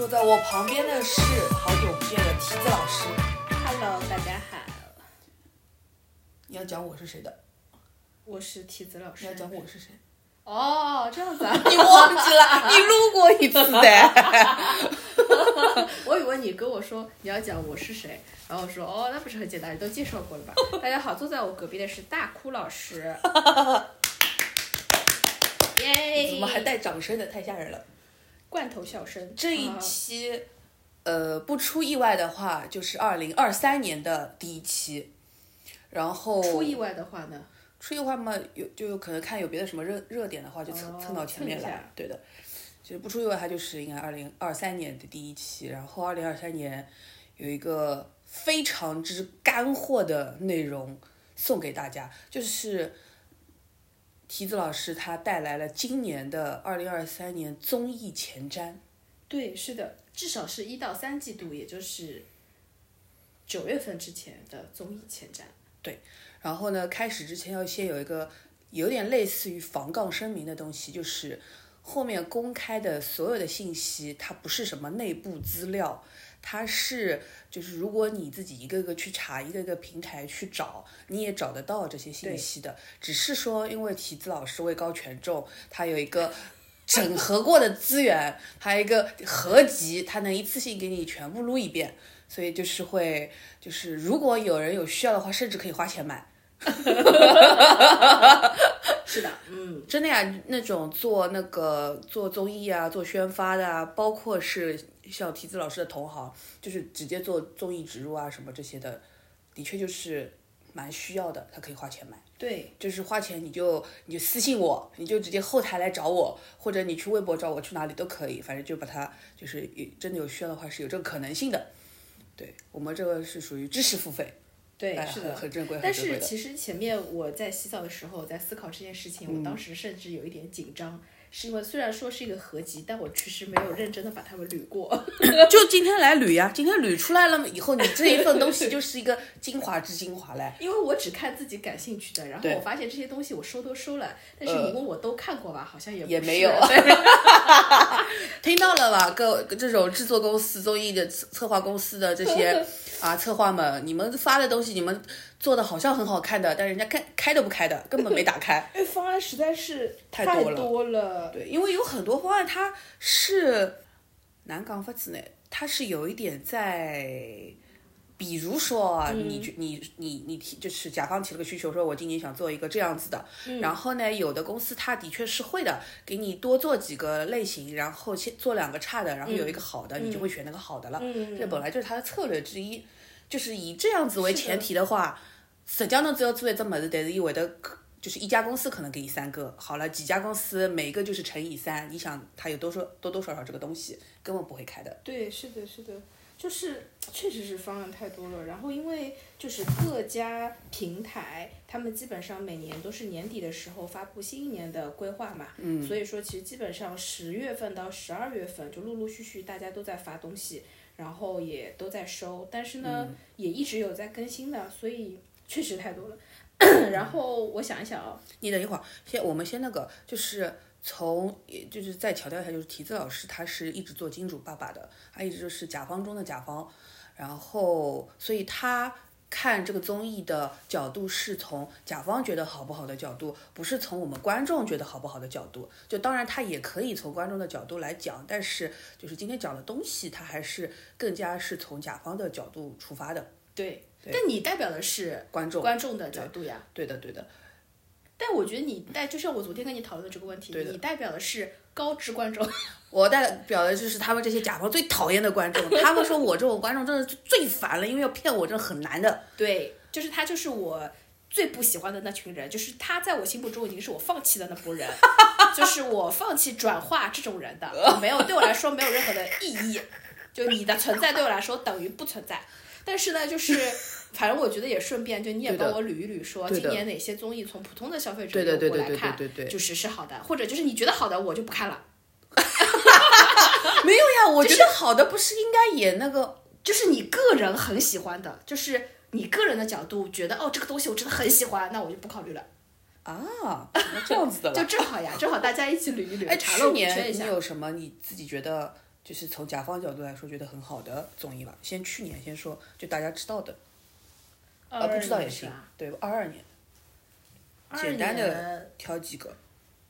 坐在我旁边的是好久不见的提子老师。 Hello， 大家好。 你要讲我是谁的？ 我是提子老师。 你要讲我是谁？ 哦，这样子啊？ 你忘记了？你录过一次的。 我以为你跟我说你要讲我是谁，然后我说哦，那不是很简单，你都介绍过了吧？大家好，坐在我隔壁的是大哭老师。耶！ 怎么还带掌声的？太吓人了。 罐头笑声。 这一期，不出意外的话，就是2023年的第一期。然后出意外的话呢？ 出意外嘛，有可能看有别的什么热点的话，就蹭到前面来。对的，就是不出意外，它就是应该2023年的第一期。然后2023年有一个非常之干货的内容送给大家，就是提子老师他带来了今年的2023年综艺前瞻。 对，是的，至少是1到3季度，也就是9月份之前的综艺前瞻。 对，然后呢，开始之前要先有一个有点类似于防杠声明的东西，就是后面公开的所有的信息，它不是什么内部资料，它是就是如果你自己一个个去查，一个个平台去找，你也找得到这些信息的。只是说，因为提子老师位高权重，他有一个整合过的资源，还有一个合集，他能一次性给你全部录一遍。所以就是会，就是如果有人有需要的话，甚至可以花钱买。 是的， 真的呀，那种做综艺啊，做宣发的啊，包括是像提子老师的同行，就是直接做综艺植入啊什么这些的，的确就是蛮需要的，他可以花钱买。 对， 就是花钱你就私信我，你就直接后台来找我，或者你去微博找我，去哪里都可以，反正就把它就是真的有需要的话是有这个可能性的。对，我们这个是属于知识付费。 对，是的， 很正规， 但是其实前面我在洗澡的时候在思考这件事情，我当时甚至有一点紧张，是因为虽然说是一个合集，但我其实没有认真的把它们捋过。 就今天来捋呀，今天捋出来了以后，你这一份东西就是一个精华之精华嘞。 因为我只看自己感兴趣的，然后我发现这些东西我收都收了，但是你问我都看过吧，好像也没有。听到了吧，这种制作公司、综艺的策划公司的这些策划们，你们发的东西，你们做的好像很好看的，但人家开都不开的，根本没打开。 因为方案实在是太多了。 对，因为有很多方案它是难讲法子呢，它是有一点在。比如说你提就是甲方提了个需求，说我今年想做一个这样子的，然后呢，有的公司它的确是会的，给你多做几个类型，然后先做2个差的，然后有一个好的，你就会选那个好的了。这本来就是它的策略之一，就是以这样子为前提的话，实际上只要做一只么子，但是伊会的就是一家公司可能给你3个，好了，几家公司每个就是乘以3，你想它有多少这个东西，根本不会开的。 对，是的，是的。就是确实是方案太多了，然后因为就是各家平台他们基本上每年都是年底的时候发布新一年的规划嘛，所以说其实基本上10月份到12月份就陆陆续续大家都在发东西，然后也都在收，但是呢也一直有在更新的，所以确实太多了。然后我想一想啊， 你等一会儿，我们先那个就是再强调一下，就是提子老师他是一直做金主爸爸的，他一直就是甲方中的甲方，然后所以他看这个综艺的角度是从甲方觉得好不好的角度，不是从我们观众觉得好不好的角度。就当然他也可以从观众的角度来讲，但是就是今天讲的东西，他还是更加是从甲方的角度出发的。 对，但你代表的是观众的角度呀。 对的，对的。 但我觉得就像我昨天跟你讨论的这个问题，你代表的是高知观众， 我代表的就是他们这些甲方最讨厌的观众。他们说我这种观众真的是最烦了，因为要骗我真的很难的。 对，就是他就是我最不喜欢的那群人，就是他在我心目中已经是我放弃的那波人，就是我放弃转化这种人的，对我来说没有任何的意义，就你的存在对我来说等于不存在。但是呢，就是反正我觉得也顺便，就你也帮我捋一捋，说今年哪些综艺从普通的消费者角度来看，就是是好的，或者就是你觉得好的我就不看了。 没有呀，我觉得好的不是应该也那个， 就是你个人很喜欢的，就是你个人的角度觉得这个东西我真的很喜欢，那我就不考虑了。 那这样子的了。 就正好大家一起捋一捋。 去年你有什么你自己觉得就是从甲方角度来说觉得很好的综艺吧。去年先说，就大家知道的，不知道也行，对，22年，简单的挑几个。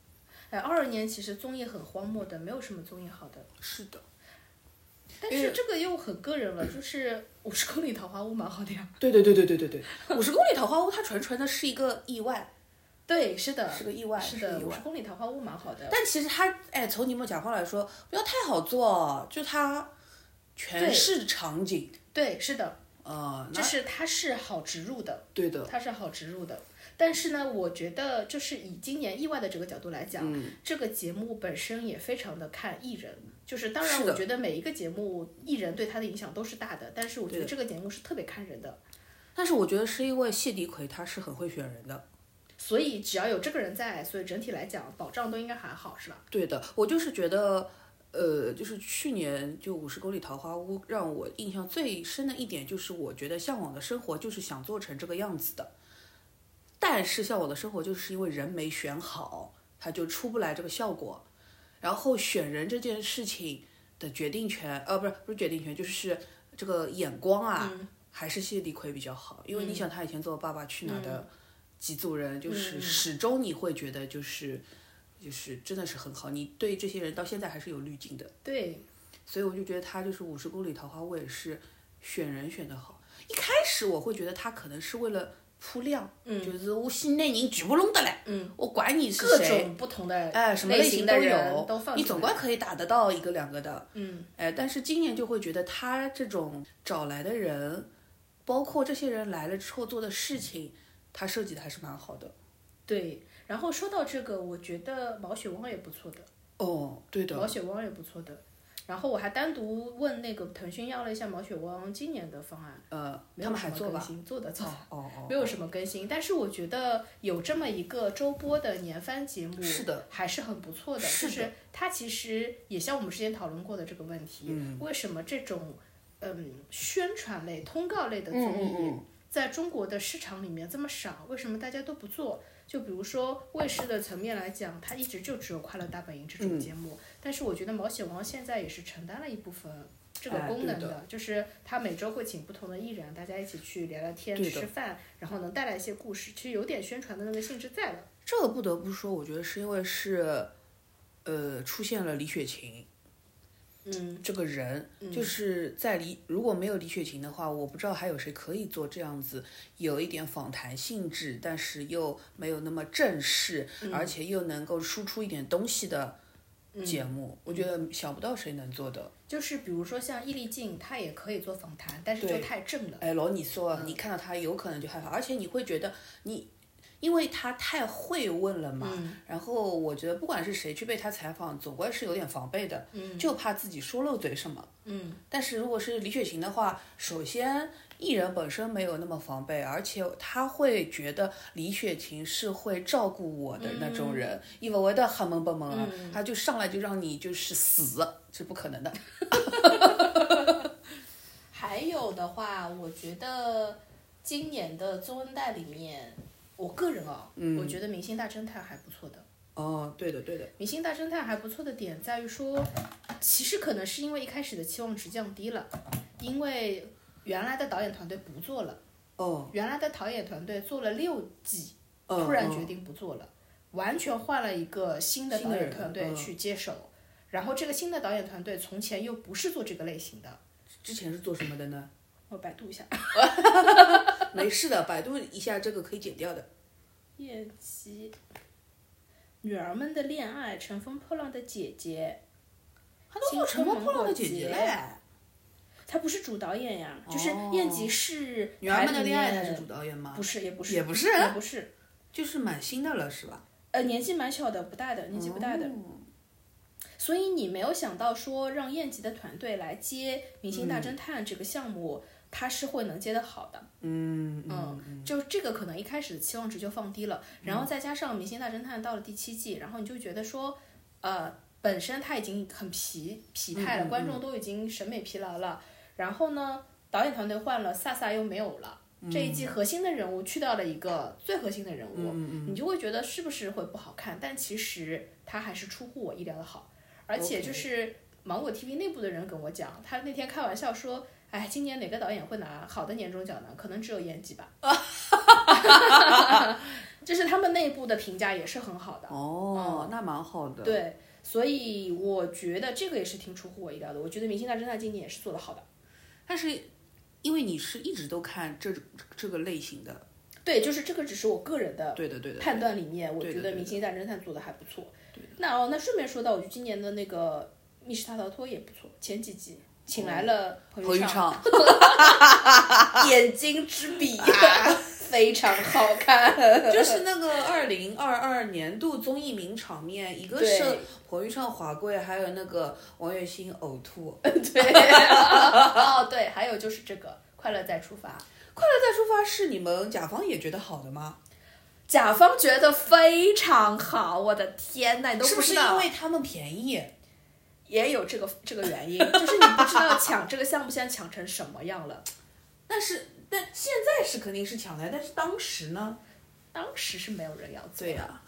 22年其实综艺很荒漠的，没有什么综艺好的。 是的。 但是这个又很个人了，就是50公里桃花坞蛮好的呀。 对，50公里桃花坞它纯的是一个意外。 对，是的， 是个意外， 是的，50公里桃花坞蛮好的。 但其实它，从你们甲方来说，不要太好做，就它全是场景。 对，是的。就是它是好植入的。 对的。 它是好植入的。但是呢，我觉得就是以今年意外的这个角度来讲，这个节目本身也非常的看艺人。就是当然，我觉得每一个节目艺人对他的影响都是大的，但是我觉得这个节目是特别看人的。 但是我觉得是因为谢迪奎他是很会选人的。 所以只要有这个人在，所以整体来讲保障都应该还好，是吧？ 对的，我就是觉得，就是去年就50公里桃花坞让我印象最深的一点，就是我觉得《向往的生活》就是想做成这个样子的，但是《向往的生活》就是因为人没选好，他就出不来这个效果。然后选人这件事情的决定权，不是决定权，就是这个眼光啊，还是谢迪奎比较好，因为你想他以前做《爸爸去哪儿》的几组人，就是始终你会觉得就是真的是很好，你对这些人到现在还是有滤镜的。 对， 所以我就觉得他就是50公里桃花坞也是选人选得好。一开始我会觉得他可能是为了铺量，就是我新内人全部弄得来，我管你是谁， 各种不同的什么类型都有， 放你总归可以打得到一个两个的，但是今年就会觉得他这种找来的人，包括这些人来了之后做的事情，他设计的还是蛮好的。 对，然后说到这个，我觉得毛血旺也不错的。 对的， 毛血旺也不错的。然后我还单独问那个腾讯要了一下毛血旺今年的方案， 他们还做吧？ 做的，没有什么更新。但是我觉得有这么一个周播的年番节目， 是的， 还是很不错的。就是它其实也像我们之前讨论过的这个问题，为什么这种宣传类、通告类的综艺在中国的市场里面这么少？为什么大家都不做？就比如说卫视的层面来讲，它一直就只有《快乐大本营》这种节目，但是我觉得毛血旺现在也是承担了一部分这个功能的，就是他每周会请不同的艺人，大家一起去聊聊天、吃吃饭，然后能带来一些故事，其实有点宣传的那个性质在了。 这个不得不说，我觉得是因为是，出现了李雪琴。这个人就是如果没有李雪琴的话，我不知道还有谁可以做这样子有一点访谈性质，但是又没有那么正式，而且又能够输出一点东西的节目。我觉得想不到谁能做的。 就是比如说像易立竞，他也可以做访谈，但是就太正了。 老你说，你看到他有可能就害怕，而且你会觉得因为他太会问了嘛，然后我觉得不管是谁去被他采访，总归是有点防备的，就怕自己说漏嘴什么。但是如果是李雪琴的话，首先艺人本身没有那么防备，而且他会觉得李雪琴是会照顾我的那种人，因为我的很萌不萌啊，他就上来就让你就是死，是不可能的。 还有的话，我觉得今年的综恩代里面。我个人我觉得《明星大侦探》还不错的。 对的。《 明星大侦探》还不错的点在于说，其实可能是因为一开始的期望值降低了，因为原来的导演团队不做了。原来的导演团队做了6季，突然决定不做了，完全换了一个新的导演团队去接手。然后这个新的导演团队从前又不是做这个类型的。 之前是做什么的呢？ 我百度一下。 没事的，百度一下这个可以剪掉的。 叶姬，女儿们的恋爱，乘风破浪的姐姐， 他都做乘风破浪的姐姐嘞。 他不是主导演呀，就是燕吉是女儿们的恋爱，他是主导演吗？ 不是，也不是， 也不是，就是蛮新的了，是吧？ 年纪蛮小的，不大的，年纪不大的。所以你没有想到说让燕吉的团队来接《明星大侦探》这个项目。他是会能接得好的，就这个可能一开始的期望值就放低了，然后再加上《明星大侦探》到了第7季，然后你就觉得说，本身他已经很疲态了，观众都已经审美疲劳了，然后呢，导演团队换了，飒飒又没有了，这一季核心的人物去掉了一个最核心的人物，你就会觉得是不是会不好看？但其实他还是出乎我意料的好，而且就是。 芒果 TV 内部的人跟我讲，他那天开玩笑说，哎，今年哪个导演会拿好的年终奖呢？可能只有演技吧。就是他们内部的评价也是很好的。 那蛮好的。 对，所以我觉得这个也是挺出乎我意料的。我觉得《明星大侦探》今年也是做得好的。 但是因为你是一直都看这个类型的。 对，就是这个只是我个人的对的判断里面，我觉得《明星大侦探》做的还不错。那顺便说到，我觉得今年的那个《密室大逃脱》也不错，前几集请来了彭昱畅，眼睛之笔非常好看。 就是那个2022年度综艺名场面，一个是彭昱畅滑跪，还有那个王栎鑫呕吐。 对，对，还有就是这个《快乐再出发》。 快乐再出发是你们甲方也觉得好的吗？ 甲方觉得非常好，我的天哪，你都不知道。 是不是因为他们便宜？ 也有这个原因，就是你不知道抢这个项目现在抢成什么样了。 但现在是肯定是抢来，但是当时呢？ 当时是没有人要做。 对呀。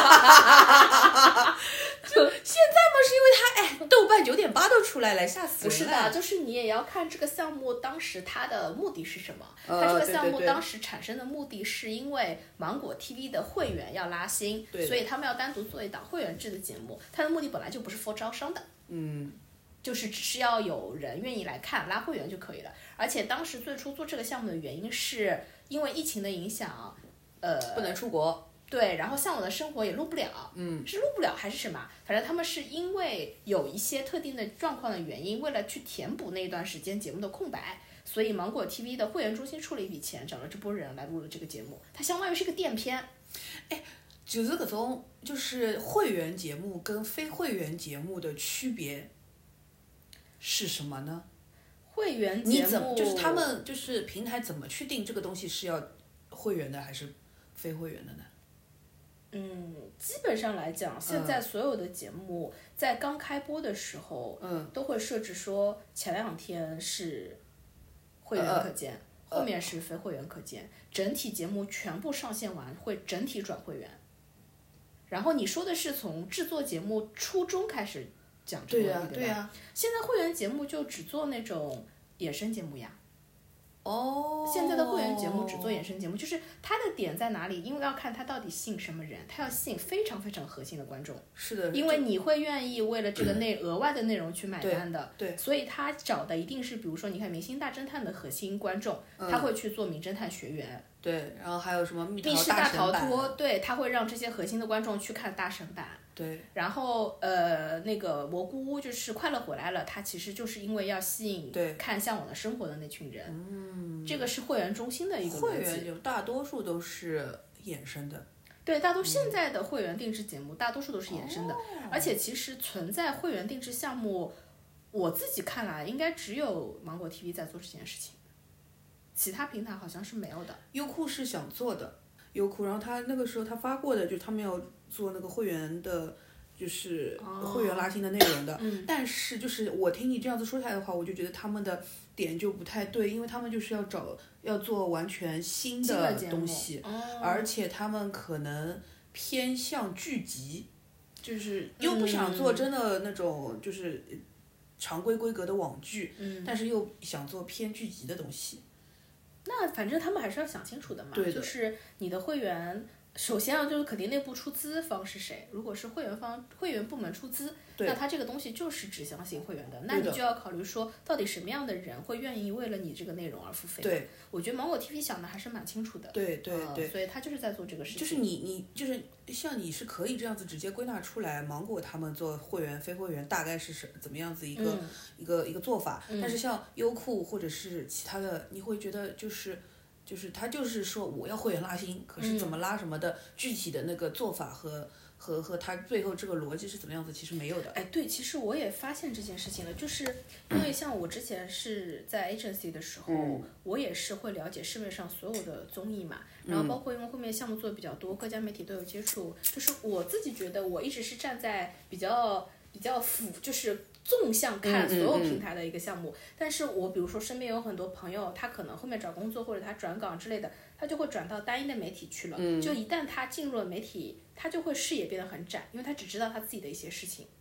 就现在嘛，是因为他豆瓣9.8都出来了，吓死人了。 不是的，就是你也要看这个项目当时它的目的是什么。它这个项目当时产生的目的是因为芒果 TV 的会员要拉新，所以他们要单独做一档会员制的节目。它的目的本来就不是 for 招商的。就是只是要有人愿意来看，拉会员就可以了。而且当时最初做这个项目的原因是因为疫情的影响， 不能出国。 对，然后像我的生活也录不了，是录不了还是什么？反正他们是因为有一些特定的状况的原因，为了去填补那一段时间节目的空白，所以芒果 TV 的会员中心出了一笔钱，找了这波人来录了这个节目，它相当于是个垫片。 就是搿种就是会员节目跟非会员节目的区别是什么呢？ 会员节目你怎么就是他们就是平台怎么去定这个东西是要会员的还是非会员的呢？ 基本上来讲，现在所有的节目在刚开播的时候，都会设置说前2天是会员可见，后面是非会员可见，整体节目全部上线完会整体转会员。然后你说的是从制作节目初衷开始讲这个问题， 对呀。 现在会员节目就只做那种衍生节目呀。 现在的会员节目只做衍生节目，就是它的点在哪里？因为要看它到底吸引什么人，它要吸引非常非常核心的观众。 是的， 因为你会愿意为了这个额外的内容去买单的。 对， 所以他找的一定是，比如说你看《明星大侦探》的核心观众，他会去做《名侦探学园》。 对，然后还有什么密室大逃脱，对，他会让这些核心的观众去看大神版。 对， 然后那个蘑菇屋就是快乐回来了，它其实就是因为要吸引看向往的生活的那群人。这个是会员中心的一个逻辑。 会员有大多数都是衍生的。 对，现在的会员定制节目大多数都是衍生的，而且其实存在会员定制项目，我自己看来应该只有芒果 TV 在做这件事情，其他平台好像是没有的。 优酷是想做的，优酷，然后他那个时候他发过的，就是他们要做那个会员的，就是会员拉新的内容的。但是就是我听你这样子说下来的话，我就觉得他们的点就不太对，因为他们就是要做完全新的东西，而且他们可能偏向剧集，就是又不想做真的那种就是常规规格的网剧，但是又想做偏剧集的东西。 那反正他们还是要想清楚的嘛，就是你的会员，首先就是肯定内部出资方是谁。如果是会员部门出资，那他这个东西就是指向性会员的，那你就要考虑说，到底什么样的人会愿意为了你这个内容而付费。 对， 我觉得芒果 TV 想的还是蛮清楚的。 对， 所以他就是在做这个事情。 就是你就是像你是可以这样子直接归纳出来，芒果他们做会员非会员大概是怎么样子一个做法，但是像优酷或者是其他的，你会觉得就是他就是说我要会员拉新，可是怎么拉什么的具体的那个做法和他最后这个逻辑是怎么样子，其实没有的。 对，其实我也发现这件事情了，就是因为像我之前是在 agency 的时候，我也是会了解市面上所有的综艺嘛，然后包括因为后面项目做的比较多，各家媒体都有接触，就是我自己觉得我一直是站在比较就是纵向看所有平台的一个项目，但是我比如说身边有很多朋友，他可能后面找工作或者他转岗之类的，他就会转到单一的媒体去了，就一旦他进入了媒体，他就会视野变得很窄，因为他只知道他自己的一些事情。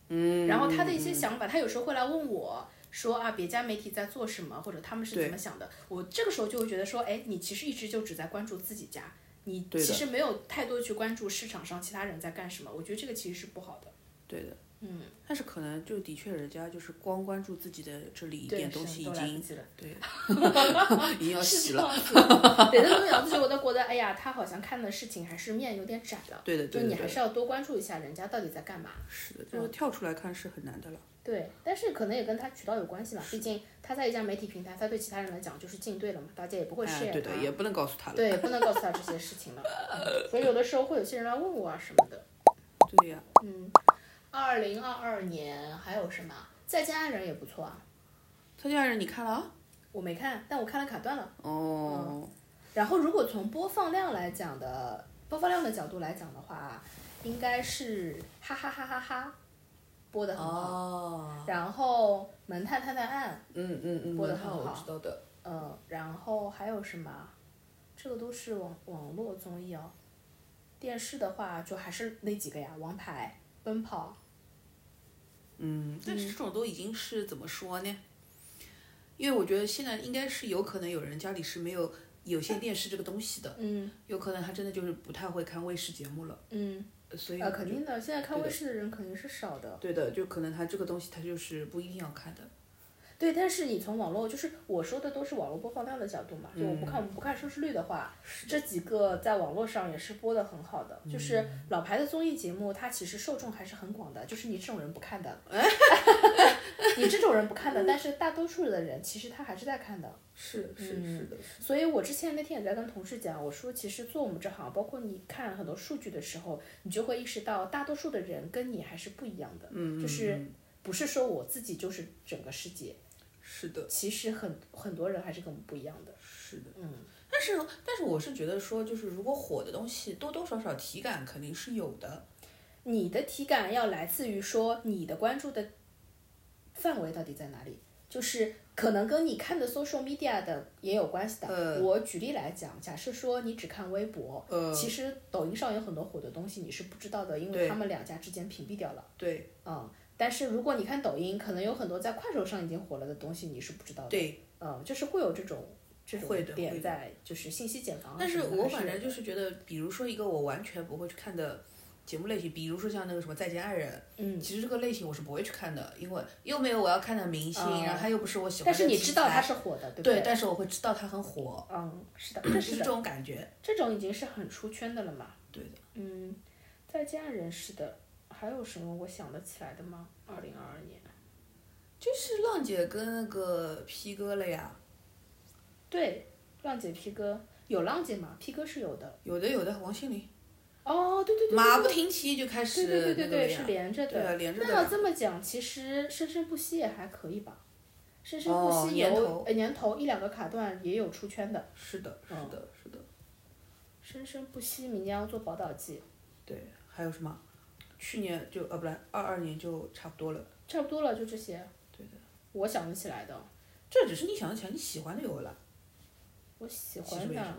然后他的一些想法，他有时候会来问我说啊，别家媒体在做什么，或者他们是怎么想的。我这个时候就会觉得说，哎，你其实一直就只在关注自己家，你其实没有太多去关注市场上其他人在干什么。我觉得这个其实是不好的。 对的。但是可能就的确人家就是光关注自己的这里一点东西已经对，已经要洗了。 对，那种样子就我都觉得，哎呀，他好像看的事情还是面有点窄了。 对的， 就你还是要多关注一下人家到底在干嘛。 是的，这个跳出来看是很难的了。 对，但是可能也跟他渠道有关系嘛，毕竟他在一家媒体平台，他对其他人来讲就是进队了嘛，大家也不会 share 他。 对的，也不能告诉他了。 对，不能告诉他这些事情了。所以有的时候会有些人来问我啊什么的。 对呀。 2022年还有什么？再见爱人也不错啊。 再见爱人你看了？ 我没看，但我看了卡段了。 哦。 然后如果从播放量的角度来讲的话，应该是哈哈哈哈哈播的很好。然后门探探探案，播的很好。 我知道的。 然后还有什么？这个都是网络综艺哦。电视的话就还是那几个呀，王牌、奔跑。 但是这种都已经是怎么说呢？因为我觉得现在应该是有可能有人家里是没有有线电视这个东西的。有可能他真的就是不太会看卫视节目了。所以肯定的，现在看卫视的人肯定是少的。 对的，就可能他这个东西他就是不一定要看的。 对，但是你从网络，就是我说的都是网络播放量的角度嘛，就我不看收视率的话，这几个在网络上也是播的很好的。就是老牌的综艺节目，它其实受众还是很广的，就是你这种人不看的，你这种人不看的，但是大多数的人其实他还是在看的。 是的。 所以我之前那天也在跟同事讲，我说其实做我们这行，包括你看很多数据的时候，你就会意识到大多数的人跟你还是不一样的。就是不是说我自己就是整个世界。 是的， 其实很多人还是跟我们不一样的。 是的。但是我是觉得说，就是如果火的东西多多少少体感肯定是有的。 你的体感要来自于说你的关注的范围到底在哪里，就是可能跟你看的 social media 的也有关系的。我举例来讲，假设说你只看微博，其实抖音上有很多火的东西你是不知道的，因为他们两家之间屏蔽掉了。 对。 但是如果你看抖音，可能有很多在快手上已经火了的东西你是不知道的。 对。 就是会有这种点在，就是信息茧房。 但是我反正就是觉得，比如说一个我完全不会去看的节目类型，比如说像那个什么《再见爱人》，其实这个类型我是不会去看的，因为又没有我要看的明星，然后他又不是我喜欢的题材。 但是你知道他是火的，对不对？ 对，但是我会知道他很火。 是的， 就是这种感觉。 这种已经是很出圈的了嘛。 对的。 再见爱人是的。还有什么我想得起来的吗？2022年， 就是浪姐跟那个 P 哥了呀。 对，浪姐 P 哥有浪姐吗 ？P 哥是有的。 有的，王心凌。 对。 马不停蹄就开始。 对，是连着的。 对啊，连着的。 那要这么讲，其实生生不息也还可以吧。生生不息有年头1-2个卡段也有出圈的。 是的。 生生不息明年要做宝岛季。 对，还有什么？去年就不对，22年就差不多了。 差不多了，就这些。 对的。 我想得起来的。 这只是你想得起来，你喜欢的有了。 我喜欢的。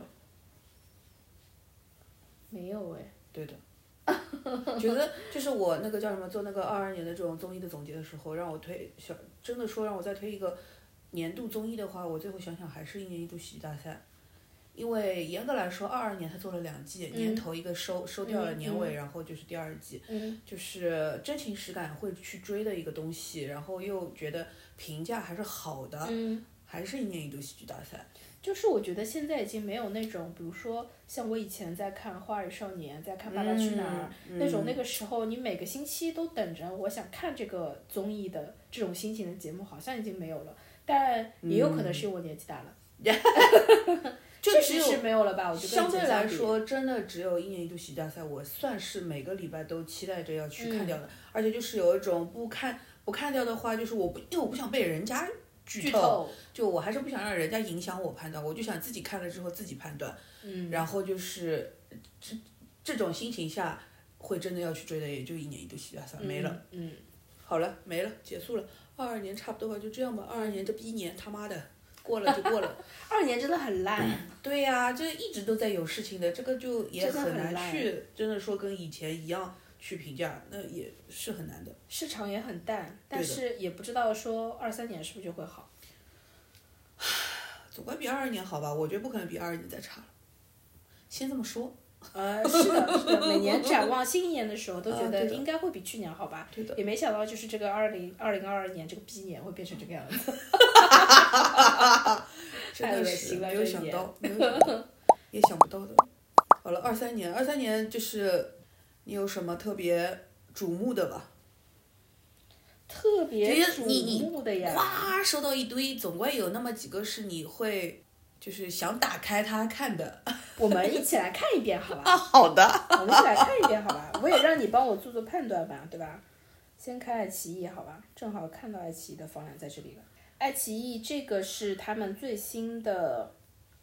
没有哎。 对的。觉得就是我那个叫什么，做那个22年的这种综艺的总结的时候，让我真的说让我再推一个年度综艺的话，我最后想想还是1年1度喜剧大赛。因为严格来说22年他做了2季，年头一个收掉了年尾，然后就是第2季，就是真情实感会去追的一个东西，然后又觉得评价还是好的，还是1年1度喜剧大赛。 就是我觉得现在已经没有那种，比如说像我以前在看《花儿与少年》，在看《爸爸去哪儿》那种，那个时候你每个星期都等着我想看这个综艺的这种心情的节目，好像已经没有了。但也有可能是因为我年纪大了。 就确实是没有了吧？我觉得相对来说，真的只有1年1度喜剧大赛，我算是每个礼拜都期待着要去看掉的。而且就是有一种不看掉的话，就是因为我不想被人家剧透，就我还是不想让人家影响我判断，我就想自己看了之后自己判断。然后就是这种心情下，会真的要去追的，也就1年1度喜剧大赛没了。好了，没了，结束了。22年差不多吧，就这样吧。22年这逼年，他妈的。过了就过了。 22年真的很烂。 对呀，这一直都在有事情的，这个就也很难去真的说跟以前一样去评价，那也是很难的。 市场也很淡，但是也不知道说23年是不是就会好。 总归比22年好吧？我觉得不可能比22年再差了。先这么说。 是的，是的，每年展望新一年的时候，都觉得对应该会比去年好吧？ 对的。 也没想到就是这个2022年这个 B 年会变成这个样子。 真的是没有想到，也想不到的。好了，23年就是你有什么特别瞩目的吧？ 特别瞩目的呀！ 哇，收到一堆，总归有那么几个是你会就是想打开它看的。 我们一起来看一遍，好吧？ 好的。 我们一起来看一遍，好吧？我也让你帮我做做判断吧，对吧？先看爱奇艺，好吧？正好看到爱奇艺的方案在这里了。爱奇艺这个是他们最新的，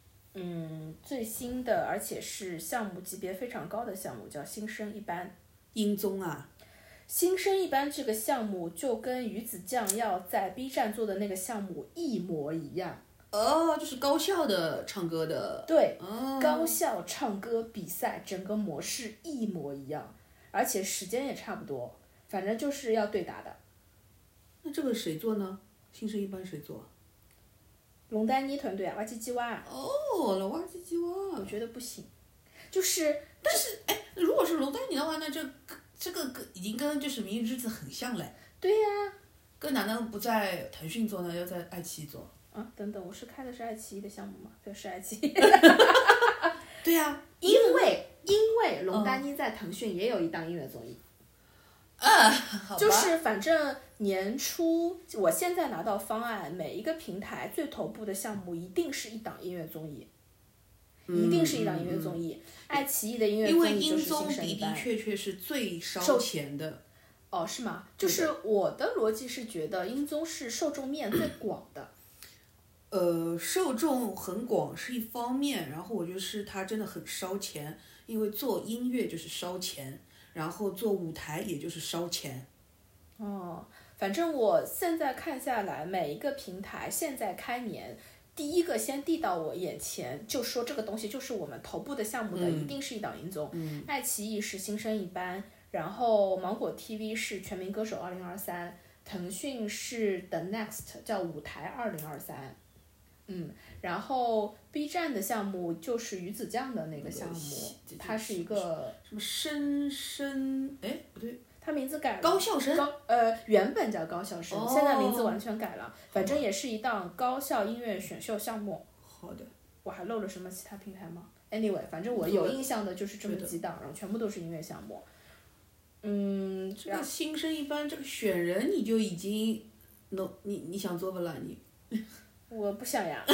而且是项目级别非常高的项目，叫《新生一班》。 音综啊。 新生一班这个项目就跟鱼子酱要在 B 站做的那个项目一模一样。 就是高校的唱歌的。 对，高校唱歌比赛整个模式一模一样，而且时间也差不多，反正就是要对打的。 那这个谁做呢？新生一班谁做？ 龙丹妮团队啊，哇唧唧哇。 哇唧唧哇。 我觉得不行，就是， 但是如果是龙丹妮的话，那这个已经跟就是《明日之子》很像嘞。 对呀。 跟难道不在腾讯做呢？要在爱奇艺做？ 等等，我是开的是爱奇艺的项目吗？对，是爱奇艺。 对呀。 因为龙丹妮在腾讯也有一档音乐综艺。 好吧。 就是反正年初，我现在拿到方案，每一个平台最头部的项目一定是一档音乐综艺。一定是一档音乐综艺。爱奇艺的音乐综艺就是新生一班。 因为音综的确是最烧钱的。 是吗？就是我的逻辑是觉得音综是受众面最广的。 受众很广是一方面，然后我觉得是它真的很烧钱，因为做音乐就是烧钱，然后做舞台也就是烧钱。 反正我现在看下来，每一个平台现在开年第一个先递到我眼前，就说这个东西就是我们头部的项目的，一定是一档音综。爱奇艺是新生一班，然后芒果 TV 是全民歌手2023，腾讯是 The Next 叫舞台2023。然后 B 站的项目就是鱼子酱的那个项目，它是一个什么生不对， 它名字改了， 高校生。 原本叫高校生，现在名字完全改了，反正也是一档高校音乐选秀项目。 好的。 我还漏了什么其他平台吗 ？Anyway， 反正我有印象的就是这么几档，然后全部都是音乐项目。 这个新生一班这个选人你就已经，你想做不啦你？ 我不想呀。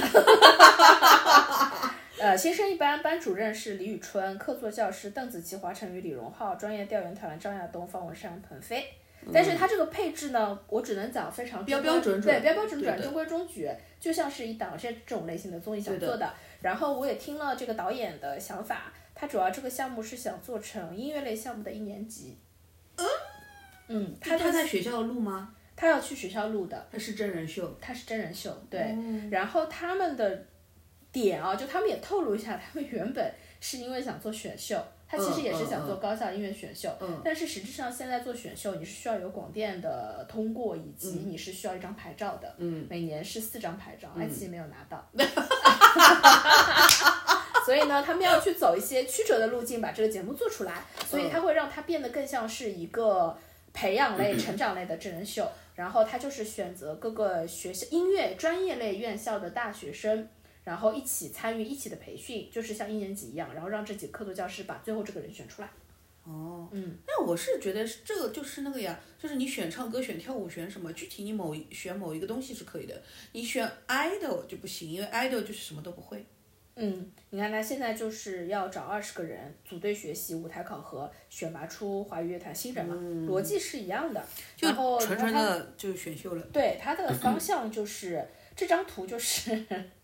新生一班班主任是李宇春，客座教师邓紫棋、华晨宇、李荣浩，专业调研团张亚东、方文山、彭飞。但是他这个配置呢，我只能讲非常标准， 对，标准，中规中矩，就像是一档这种类型的综艺想做的。然后我也听了这个导演的想法，他主要这个项目是想做成音乐类项目的1年级。他在学校录吗？ 他要去学校录的。 他是真人秀。 对。然后他们的点就他们也透露一下，他们原本是因为想做选秀，他其实也是想做高校音乐选秀，但是实质上现在做选秀你是需要有广电的通过，以及你是需要一张牌照的，每年是4张牌照，爱奇艺没有拿到。所以呢，他们要去走一些曲折的路径，把这个节目做出来，所以它会让它变得更像是一个培养类、成长类的真人秀。然后他就是选择各个学校音乐专业类院校的大学生，然后一起参与一起的培训，就是像1年级一样，然后让这几个客座教师把最后这个人选出来。 那我是觉得这个就是那个呀，就是你选唱歌、选跳舞、选什么，具体你选某一个东西是可以的，你选 idol 就不行，因为 idol 就是什么都不会。 你看他现在就是要找20个人组队学习，舞台考核，选拔出华语乐坛新人嘛，逻辑是一样的。然后纯纯的就选秀了。 对，他的方向就是这张图就是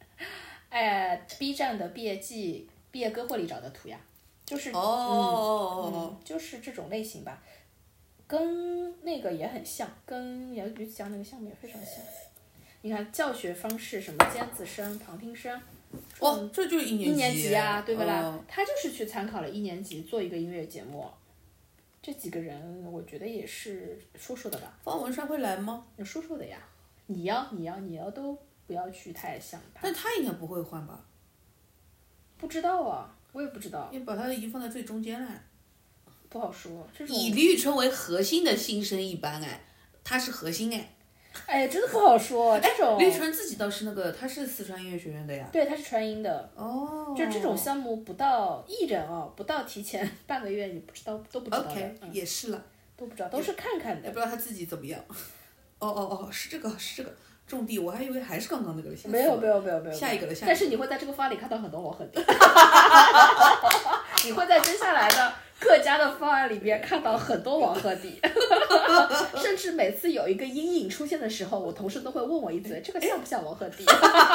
B 站的毕业歌会里找的图呀，就是就是这种类型吧，跟那个也很像，跟鱼子酱那个项目也非常像。你看教学方式什么尖子生、旁听生。 这就是一年级啊，对不啦？他就是去参考了1年级做一个音乐节目。 这几个人我觉得也是说说的吧。 方文山会来吗？ 说说的呀，你要都不要去太像他。 但他应该不会换吧？ 不知道啊，我也不知道。 因为把他已经放在最中间了。 不好说，这种以李宇春为核心的新生一般哎，他是核心哎。 哎，真的不好说。这种李宇春自己倒是他是四川音乐学院的呀。 对，他是传音的。 哦。 就这种项目不到艺人不到提前半个月，你不知道都不知道的。 OK，也是了。 都不知道，都是看看的。 也不知道他自己怎么样。是这个种地，我还以为还是刚刚那个了。 没有。 下一个了。 但是你会在这个方案里看到很多王鹤棣。你会在接下来的各家的方案里边看到很多王鹤棣。甚至每次有一个阴影出现的时候，我同事都会问我一嘴，这个像不像王鹤棣？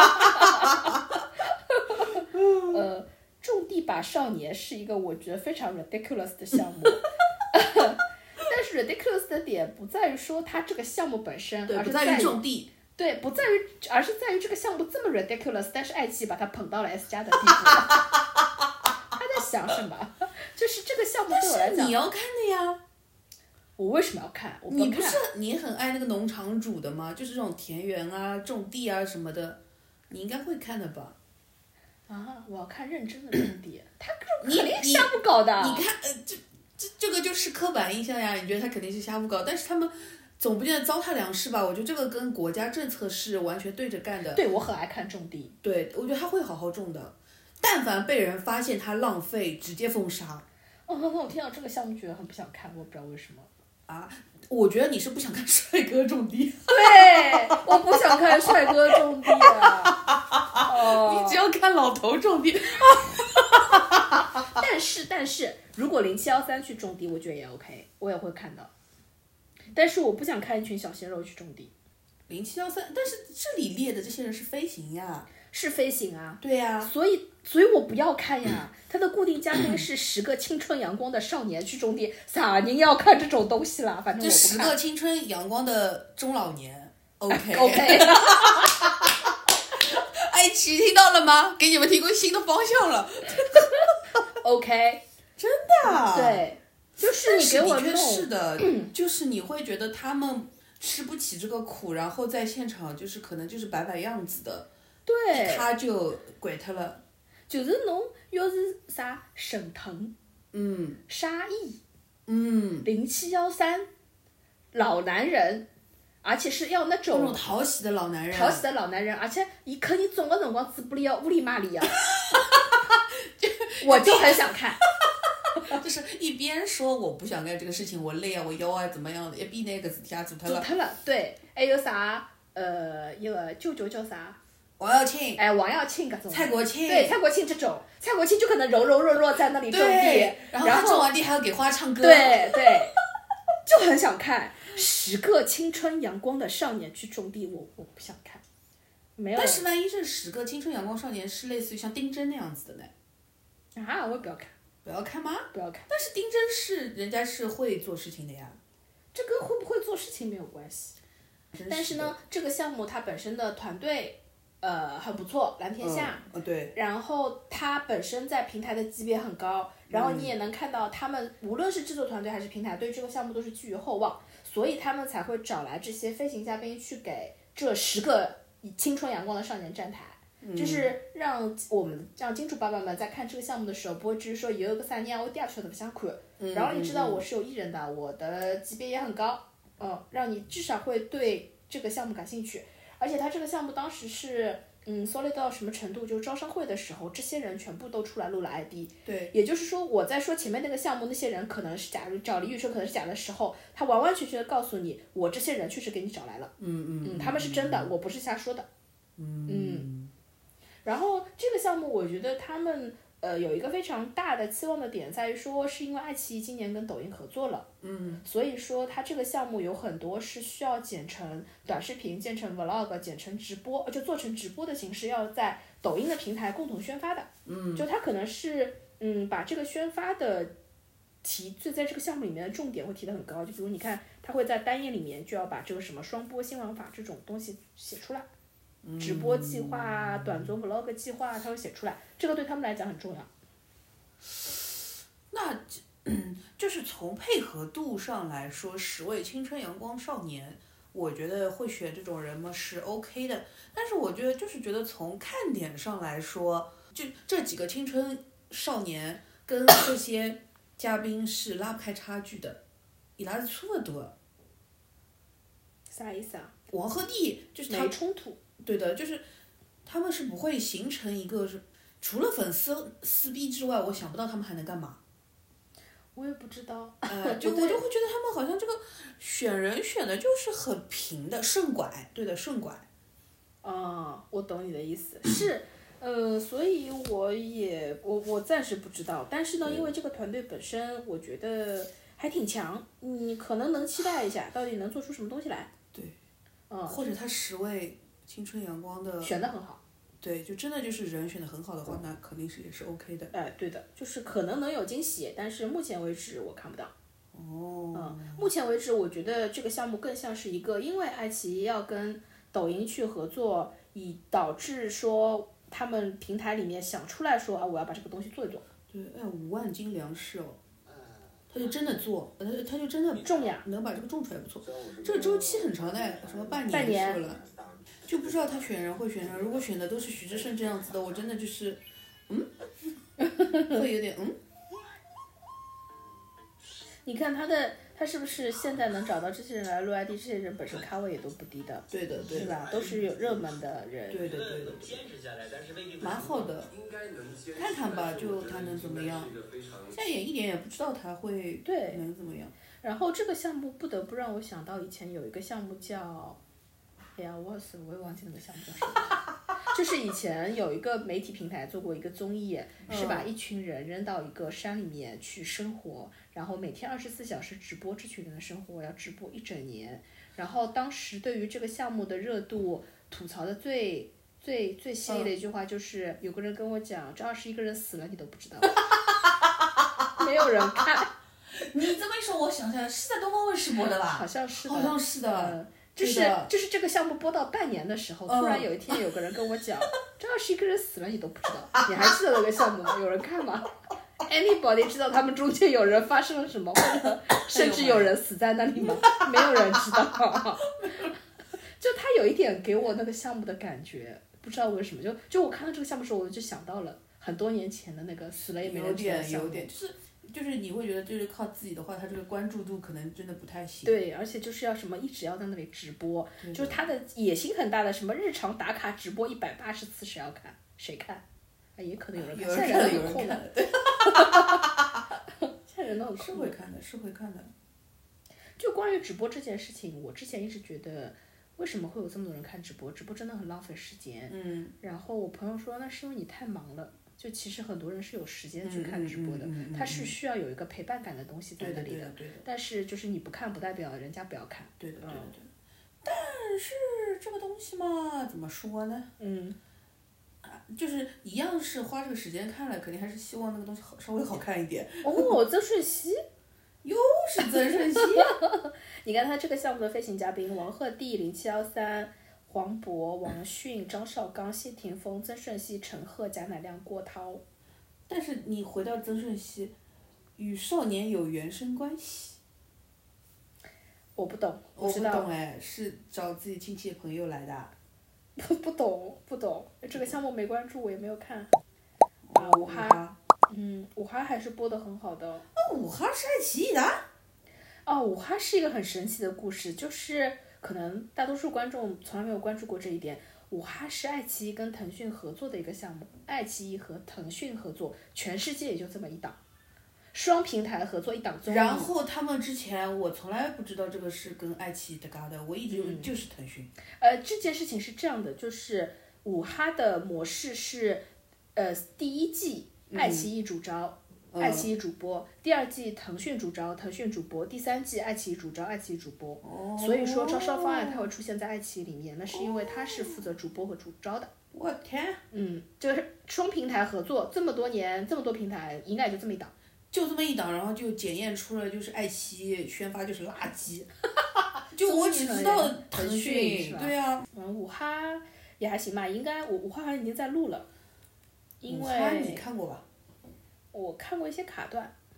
种地吧少年是一个我觉得非常 ridiculous 的项目。但是 ridiculous 的点不在于说它这个项目本身，而是在于种地。 对，不在于，而是在于这个项目这么 ridiculous， 但是爱奇艺把它捧到了 S 加的地步。他在想什么？就是这个项目对我来讲， 但是你要看的呀。 我为什么要看？我你不是你很爱那个农场主的吗？就是这种田园啊、种地啊什么的，你应该会看的吧？ 我要看认真的种地。他肯定瞎不搞的。 你看，这个就是刻板印象呀。你觉得他肯定是瞎不搞，但是他们总不见得糟蹋粮食吧？我觉得这个跟国家政策是完全对着干的。 对，我很爱看种地。 对，我觉得他会好好种的。但凡被人发现他浪费，直接封杀。 我听到这个项目觉得很不想看，我不知道为什么。 我觉得你是不想看帅哥种地。 对，我不想看帅哥种地啊。 你只要看老头种地。 但是，如果0713去种地，我觉得也 OK， 我也会看到。但是我不想看一群小鲜肉去种地。 0713，但是这里列的这些人是飞行呀。 是飞行啊。 对呀。 所以我不要看呀。他的固定嘉宾是10个青春阳光的少年去种地，啥人要看这种东西啦？反正我不看。 这10个青春阳光的中老年 ，OK。爱奇艺听到了吗？给你们提供新的方向了。 OK。 真的。 对，就是你给我弄。 是的，就是你会觉得他们吃不起这个苦，然后在现场就是可能就是摆样子的。 对。 他就鬼他了。 就是侬要是啥沈腾，沙溢，0713，老男人，而且是要那种讨喜的老男人， 而且伊肯定种个辰光嘴巴里要乌里麻里啊。我就很想看。 就是一边说我不想干这个事情，我累啊，我腰啊怎么样的，一边那个事体也做脱了。 对，还有啥一个舅舅叫啥？ 王耀庆， 王耀庆搿种， 蔡国庆， 对，蔡国庆这种，蔡国庆就可能柔柔弱弱在那里种地， 然后他种完地还要给花唱歌， 对，就很想看10个青春阳光的少年去种地，我不想看，没有。 但是万一这10个青春阳光少年是类似于像丁真那样子的呢？ 我也不要看。 不要看吗？ 不要看。 但是丁真人家是会做事情的呀， 这跟会不会做事情没有关系。但是呢，这个项目它本身的团队。很不错，蓝天下。 对。 然后它本身在平台的级别很高，然后你也能看到他们无论是制作团队还是平台，对这个项目都是寄予厚望，所以他们才会找来这些飞行嘉宾去给这10个青春阳光的少年站台，就是让金主爸爸们在看这个项目的时候，不会至于说有一个3年我第2圈都不想看，然后你知道我是有艺人的，我的级别也很高，让你至少会对这个项目感兴趣。而且他这个项目当时是solid 到什么程度，就招商会的时候这些人全部都出来录了 ID。 对， 也就是说我在说前面那个项目那些人可能是假，找李宇春可能是假的时候，他完完全全的告诉你我这些人确实给你找来了，他们是真的，我不是瞎说的。然后这个项目我觉得他们有一个非常大的期望的点在于说，是因为爱奇艺今年跟抖音合作了，所以说它这个项目有很多是需要剪成短视频、剪成 vlog、剪成直播，就做成直播的形式，要在抖音的平台共同宣发的。就它可能是把这个宣发的就在这个项目里面的重点会提得很高，就比如你看，它会在单页里面就要把这个什么双播新玩法这种东西写出来。直播计划、短作 vlog 计划，他会写出来，这个对他们来讲很重要。 那就是从配合度上来说，10位青春阳光少年，我觉得会选这种人嘛是 OK 的。但是我觉得从看点上来说，就这几个青春少年跟这些嘉宾是拉不开差距的，伊拉是差不多的。 啥意思啊？ 王鹤棣就是他没冲突。 对的，就是他们是不会形成一个是除了粉丝撕逼之外，我想不到他们还能干嘛。 我也不知道。 我就会觉得他们好像这个选人选的就是很平的顺拐，对的顺拐。 我懂你的意思，是，所以我暂时不知道，但是呢，因为这个团队本身，我觉得还挺强，你可能能期待一下，到底能做出什么东西来。 对。或者他10位青春阳光的选得很好。 对，就真的就是人选的很好的话，那肯定是也是 OK 的。 对的，就是可能能有惊喜，但是目前为止我看不到。目前为止我觉得这个项目更像是一个，因为爱奇艺要跟抖音去合作，以导致说他们平台里面想出来说我要把这个东西做一做。 对，5万斤粮食哦。他就真的做，他就真的种呀， 能把这个种出来不错。这个周期很长的，什么半年是了，就不知道他选人会选啥。如果选的都是徐志胜这样子的，我真的就是会有点你看他是不是现在能找到这些人来录 ID， 这些人本身咖位也都不低的。 对的， 是吧？都是有热门的人。 对的，蛮好的。看看吧，就他能怎么样。现在也一点也不知道他会能怎么样。 然后这个项目不得不让我想到以前有一个项目叫，我也忘记那个项目叫什么。就是以前有一个媒体平台做过一个综艺，是把一群人扔到一个山里面去生活，然后每天24小时直播这群人的生活，要直播1整年。然后当时对于这个项目的热度吐槽的最犀利的一句话就是，有个人跟我讲，这21个人死了你都不知道，没有人看。 你这么一说，我想起来是在东方卫视播的吧？ 好像是的。 就是这个项目播到半年的时候，突然有一天有个人跟我讲，这21个人死了你都不知道，你还记得那个项目吗？有人看吗？Anybody 知道他们中间有人发生了什么，或者甚至有人死在那里吗？没有人知道。就他有一点给我那个项目的感觉，不知道为什么，就我看到这个项目的时候，我就想到了很多年前的那个死了也没人知道的项目。 有点就是你会觉得就是靠自己的话，他这个关注度可能真的不太行。 对，而且就是要什么一直要在那里直播，就是他的野心很大的，什么日常打卡直播180次，谁要看？谁看？也可能有人看，现在人很空的。现在人都很空。 是会看的。 就关于直播这件事情，我之前一直觉得，为什么会有这么多人看直播？直播真的很浪费时间。然后我朋友说，那是因为你太忙了。就其实很多人是有时间去看直播的，他是需要有一个陪伴感的东西在那里的。但是就是你不看不代表人家不要看。 对的。但是这个东西嘛，怎么说呢？就是一样是花这个时间看了，肯定还是希望那个东西稍微好看一点。 曾舜晞。 又是曾舜晞。 你看他这个项目的飞行嘉宾：王鹤棣、0713。黄渤、王迅、张绍刚、谢霆锋、曾舜晞、陈赫、贾乃亮、郭涛。 但是你回到曾舜晞，与少年有原生关系。 我不懂， 我不懂是找自己亲戚朋友来的。 不懂，这个项目没关注，我也没有看。五哈，五哈还是播得很好的。 五哈是爱奇艺的。 五哈是一个很神奇的故事，就是。可能大多数观众从来没有关注过这一点。五哈是爱奇艺跟腾讯合作的一个项目，爱奇艺和腾讯合作，全世界也就这么一档，双平台合作一档综艺。 然后他们之前我从来不知道这个是跟爱奇艺搭嘎的，我一直以为就是腾讯。 这件事情是这样的，就是五哈的模式是，第一季爱奇艺主招。爱奇艺主播，第2季腾讯主招，腾讯主播，第3季爱奇艺主招，爱奇艺主播。所以说招商方案它会出现在爱奇艺里面，那是因为它是负责主播和主招的。 我天！ 就是双平台合作这么多年，这么多平台，应该就这么一档。 就这么一档，然后就检验出了就是爱奇艺宣发就是垃圾。就我只知道腾讯，对啊。 五哈也还行吧，应该五哈好像已经在录了。 五哈你看过吧？ 我看过一些卡段。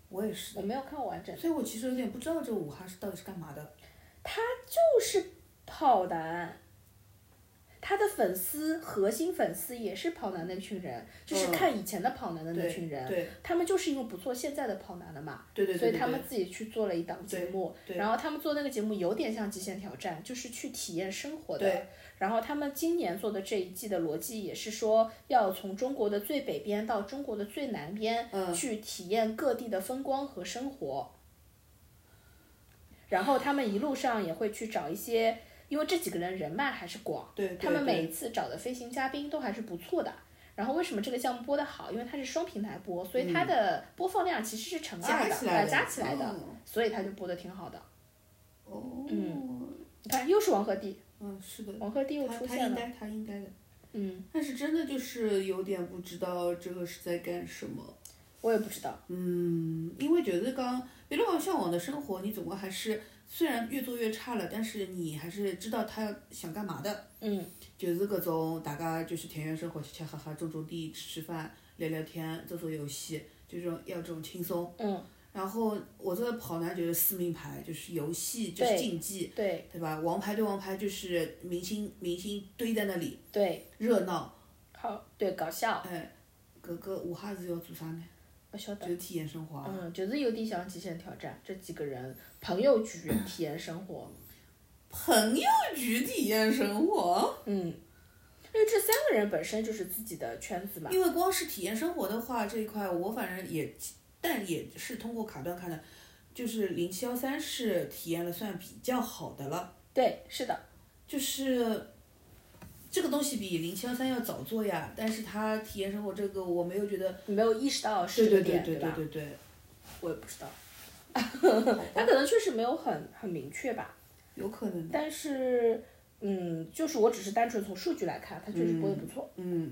我也是的。 我没有看完整的。 所以我其实有点不知道这武汉到底是干嘛的。 他就是跑男。他的核心粉丝也是跑男那群人，就是看以前的跑男的那群人， 对， 他们就是因为不做现在的跑男了嘛， 对， 所以他们自己去做了一档节目，然后他们做那个节目有点像极限挑战，就是去体验生活的。然后他们今年做的这一季的逻辑也是说，要从中国的最北边到中国的最南边，去体验各地的风光和生活。然后他们一路上也会去找一些。因为这几个人脉还是广，他们每一次找的飞行嘉宾都还是不错的。然后为什么这个项目播得好？因为它是双平台播，所以它的播放量其实是乘2的，加起来的，所以它就播得挺好的。你看又是王鹤棣。 是的。 王鹤棣又出现了。 他应该的。但是真的就是有点不知道这个是在干什么。 我也不知道。 因为觉得别人向往的生活，你总归还是。虽然越做越差了，但是你还是知道他想干嘛的。就是各种大家就是田园生活，吃吃喝喝，种种地，吃吃饭，聊聊天，做做游戏，就这种轻松。然后我这个跑男就是撕名牌，就是游戏，就是竞技，对吧？王牌对王牌就是明星堆在那里，热闹。 好，对，搞笑。 武汉是要做啥呢？ 不晓得。 就是体验生活。 就是有点像极限挑战，这几个人朋友局体验生活。 朋友局体验生活。 因为这3个人本身就是自己的圈子嘛。 因为光是体验生活的话，这一块我反正但也是通过卡段看的，就是0713是体验了算比较好的了。 对，是的。 就是这个东西比0713要早做呀，但是他体验生活这个我没有觉得。 你没有意识到是这个点，对吧？ 对。 我也不知道。他可能确实没有很明确吧。 有可能。 但是，就是我只是单纯从数据来看，他确实播得不错。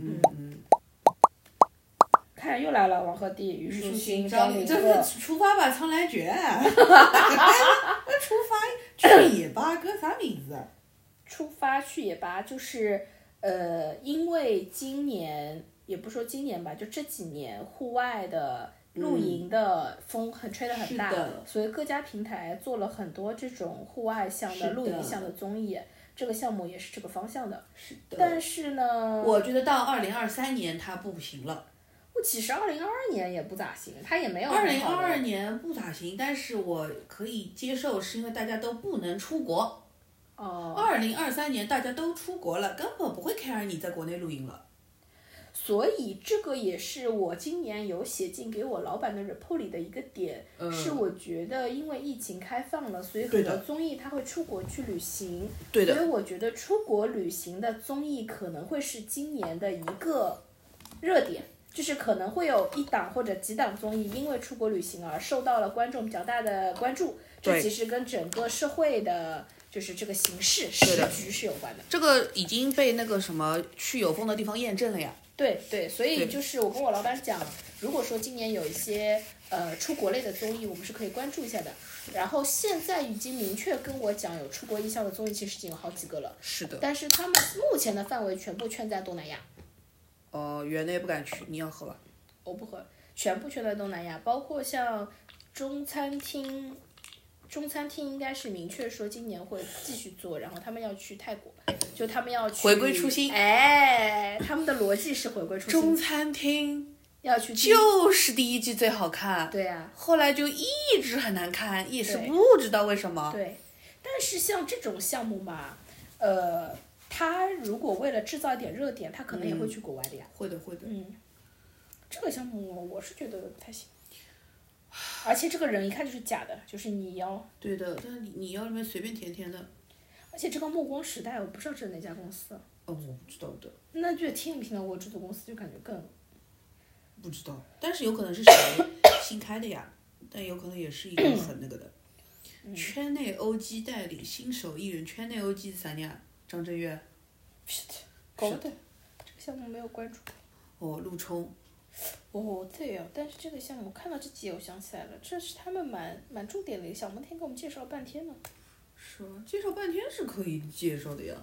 看又来了，王鹤棣、虞书欣、张凌赫。 这是出发吧苍兰诀。出发去野吧，哥啥名字？ 出发去野吧就是因为今年也不说今年吧，就这几年户外的露营的风吹得很大，所以各家平台做了很多这种户外向的露营向的综艺，这个项目也是这个方向的。 是的。 但是呢， 我觉得到2023年它不行了。 其实2022年也不咋行，它也没有。 2022年不咋行，但是我可以接受，是因为大家都不能出国。2023年大家都出国了，根本不会 care 你在国内露营了。 所以这个也是我今年有写进给我老板的 report 里的一个点，是我觉得因为疫情开放了，所以很多综艺它会出国去旅行，所以我觉得出国旅行的综艺可能会是今年的一个热点。就是可能会有一档或者几档综艺因为出国旅行而受到了观众比较大的关注，这其实跟整个社会的就是这个时局是有关的。 这个已经被那个什么去有风的地方验证了呀。 对，所以就是我跟我老板讲，如果说今年有一些出国类的综艺，我们是可以关注一下的。然后现在已经明确跟我讲有出国意向的综艺，其实已经有好几个了。 是的。 但是他们目前的范围全部圈在东南亚。 园内不敢去，你要喝吧？ 我不喝，全部圈在东南亚，包括像中餐厅应该是明确说今年会继续做，然后他们要去泰国，就他们要去回归初心。 他们的逻辑是回归初心。 中餐厅要去就是第一季最好看， 对啊， 后来就一直很难看，也是不知道为什么。 对，但是像这种项目嘛，他如果为了制造一点热点，他可能也会去国外的呀。 会的。 这个项目我是觉得不太行，而且这个人一看就是假的，就是你要。 对的，但是你要里面随便填的。 而且这个暮光时代，我不知道这是哪家公司。 我不知道的。 那就听到过制作公司，就感觉更。 不知道，但是有可能是谁新开的呀？但有可能也是一个很那个的。圈内 OG 代理新手艺人，圈内 OG 是啥呀？张震岳。 搞的，这个项目没有关注。 陆冲。 对哦，但是这个项目看到这集我想起来了，这是他们蛮重点的一个项目，那天给我们介绍了半天呢。 是啊，介绍半天是可以介绍的呀。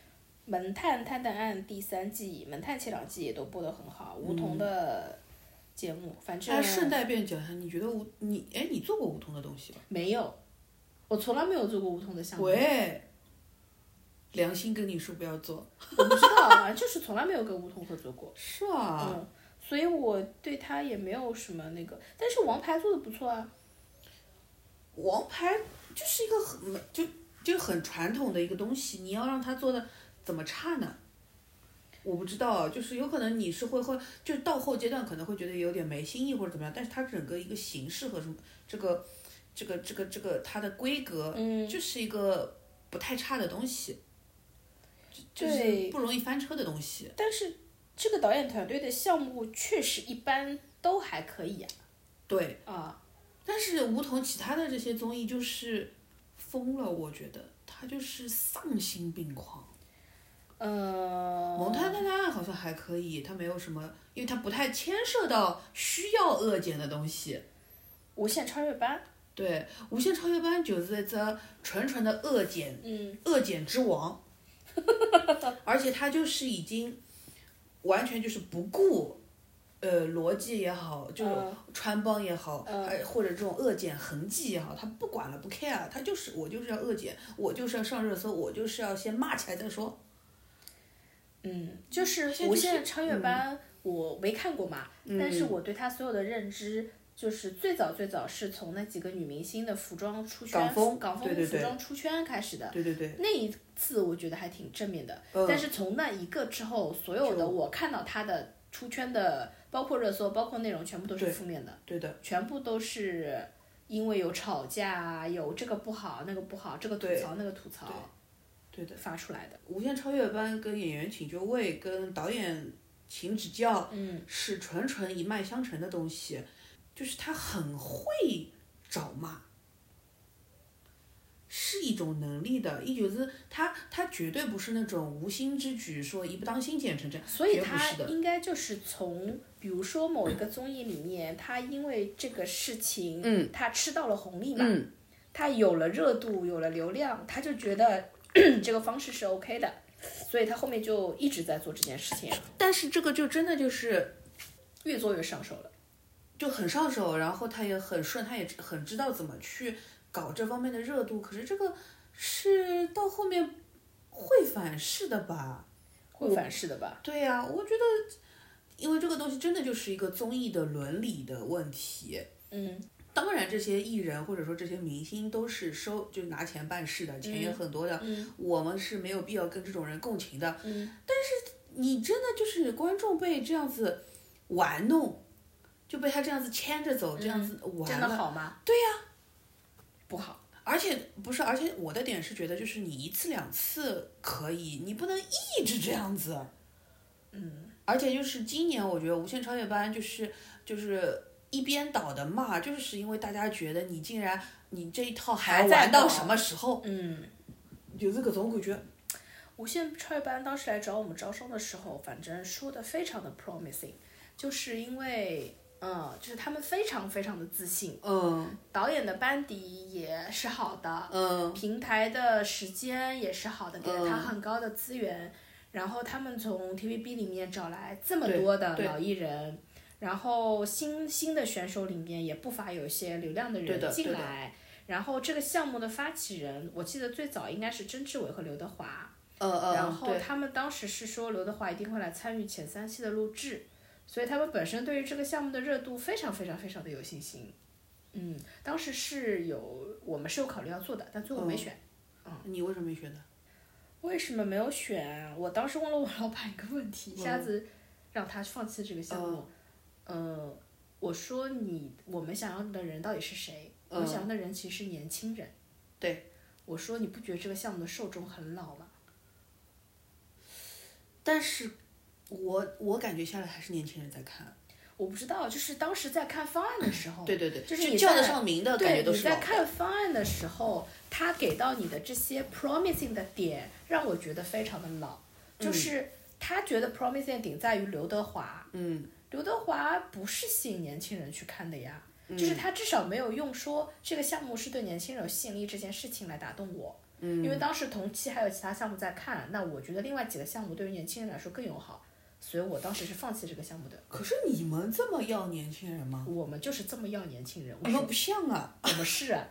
门探探案第3季，门探前2季也都播得很好，梧桐的节目，反正。 顺带便讲一下，你觉得你做过梧桐的东西吧？ 没有，我从来没有做过梧桐的项目。 喂，良心跟你说不要做。 我不知道啊，就是从来没有跟梧桐合作过。 是啊。 所以我对他也没有什么那个，但是王牌做的不错啊。 王牌就是一个就很传统的一个东西，你要让他做的怎么差呢？我不知道，就是有可能你是会，就到后阶段可能会觉得有点没新意或者怎么样，但是它整个一个形式和什么这个它的规格，就是一个不太差的东西，就是不容易翻车的东西。 但是这个导演团队的项目确实一般，都还可以啊。 对啊， 但是梧桐其他的这些综艺就是疯了，我觉得他就是丧心病狂。蒙太太好像还可以，它没有什么，因为它不太牵涉到需要恶剪的东西。 无限超越班。 对，无限超越班就是一只纯的恶剪，恶剪之王。而且它就是已经完全就是不顾，逻辑也好，就是穿帮也好，或者这种恶剪痕迹也好，他不管了，不 care， 他就是我就是要恶剪，我就是要上热搜，我就是要先骂起来再说。 就是无限超越班，我没看过嘛，但是我对他所有的认知，就是最早是从那几个女明星的服装出圈，港风服装出圈开始的。 对对对。 那一次我觉得还挺正面的，但是从那一个之后，所有的我看到他的出圈的，包括热搜，包括内容，全部都是负面的。 对的。 全部都是因为有吵架，有这个不好那个不好，这个吐槽那个吐槽。 对的， 发出来的。 无限超越班跟演员请就位跟导演请指教，是纯一脉相承的东西，就是他很会找骂，是一种能力的，就是他绝对不是那种无心之举，说一不当心剪成这样， 所以他应该就是从比如说某一个综艺里面，他因为这个事情，他吃到了红利嘛，他有了热度，有了流量，他就觉得这个方式是 OK 的，所以他后面就一直在做这件事情。 但是这个就真的就是越做越上手了， 就很上手，然后他也很顺，他也很知道怎么去搞这方面的热度。可是这个是到后面会反噬的吧？ 会反噬的吧？ 对呀，我觉得，因为这个东西真的就是一个综艺的伦理的问题。当然，这些艺人或者说这些明星都是就拿钱办事的，钱也很多的，我们是没有必要跟这种人共情的。但是你真的就是观众被这样子玩弄，就被他这样子牵着走，这样子玩了， 真的好吗？ 对呀， 不好。 而且我的点是觉得，就是你一次两次可以，你不能一直这样子。而且就是今年，我觉得《无限超越班》就是一边倒的骂，就是因为大家觉得你竟然你这一套还玩到什么时候？就是这种感觉。 无限超越班当时来找我们招生的时候，反正说的非常的 promising， 就是因为就是他们非常非常的自信，导演的班底也是好的，平台的时间也是好的，给了他很高的资源，然后他们从 TVB 里面找来这么多的老艺人，然后新的选手里面也不乏有一些流量的人进来，然后这个项目的发起人，我记得最早应该是曾志伟和刘德华，然后他们当时是说刘德华一定会来参与前3期的录制，所以他们本身对于这个项目的热度非常非常非常的有信心。当时我们是有考虑要做的，但最后没选。 你为什么没选呢？ 为什么没有选？我当时问了我老板一个问题，一下子让他放弃这个项目。我说我们想要的人到底是谁？我想要的人其实是年轻人。 对。 我说你不觉得这个项目的受众很老吗？ 但是我感觉下来还是年轻人在看。 我不知道，就是当时在看方案的时候， 对， 就是叫得上名的感觉都是你在看方案的时候，他给到你的这些 promising 的点，让我觉得非常的老。就是他觉得 promising 的点在于刘德华，刘德华不是吸引年轻人去看的呀，就是他至少没有用说这个项目是对年轻人有吸引力这件事情来打动我。因为当时同期还有其他项目在看，那我觉得另外几个项目对于年轻人来说更友好， 所以我当时是放弃这个项目的。 可是你们这么要年轻人吗？ 我们就是这么要年轻人。 你们不像啊。 我们是啊。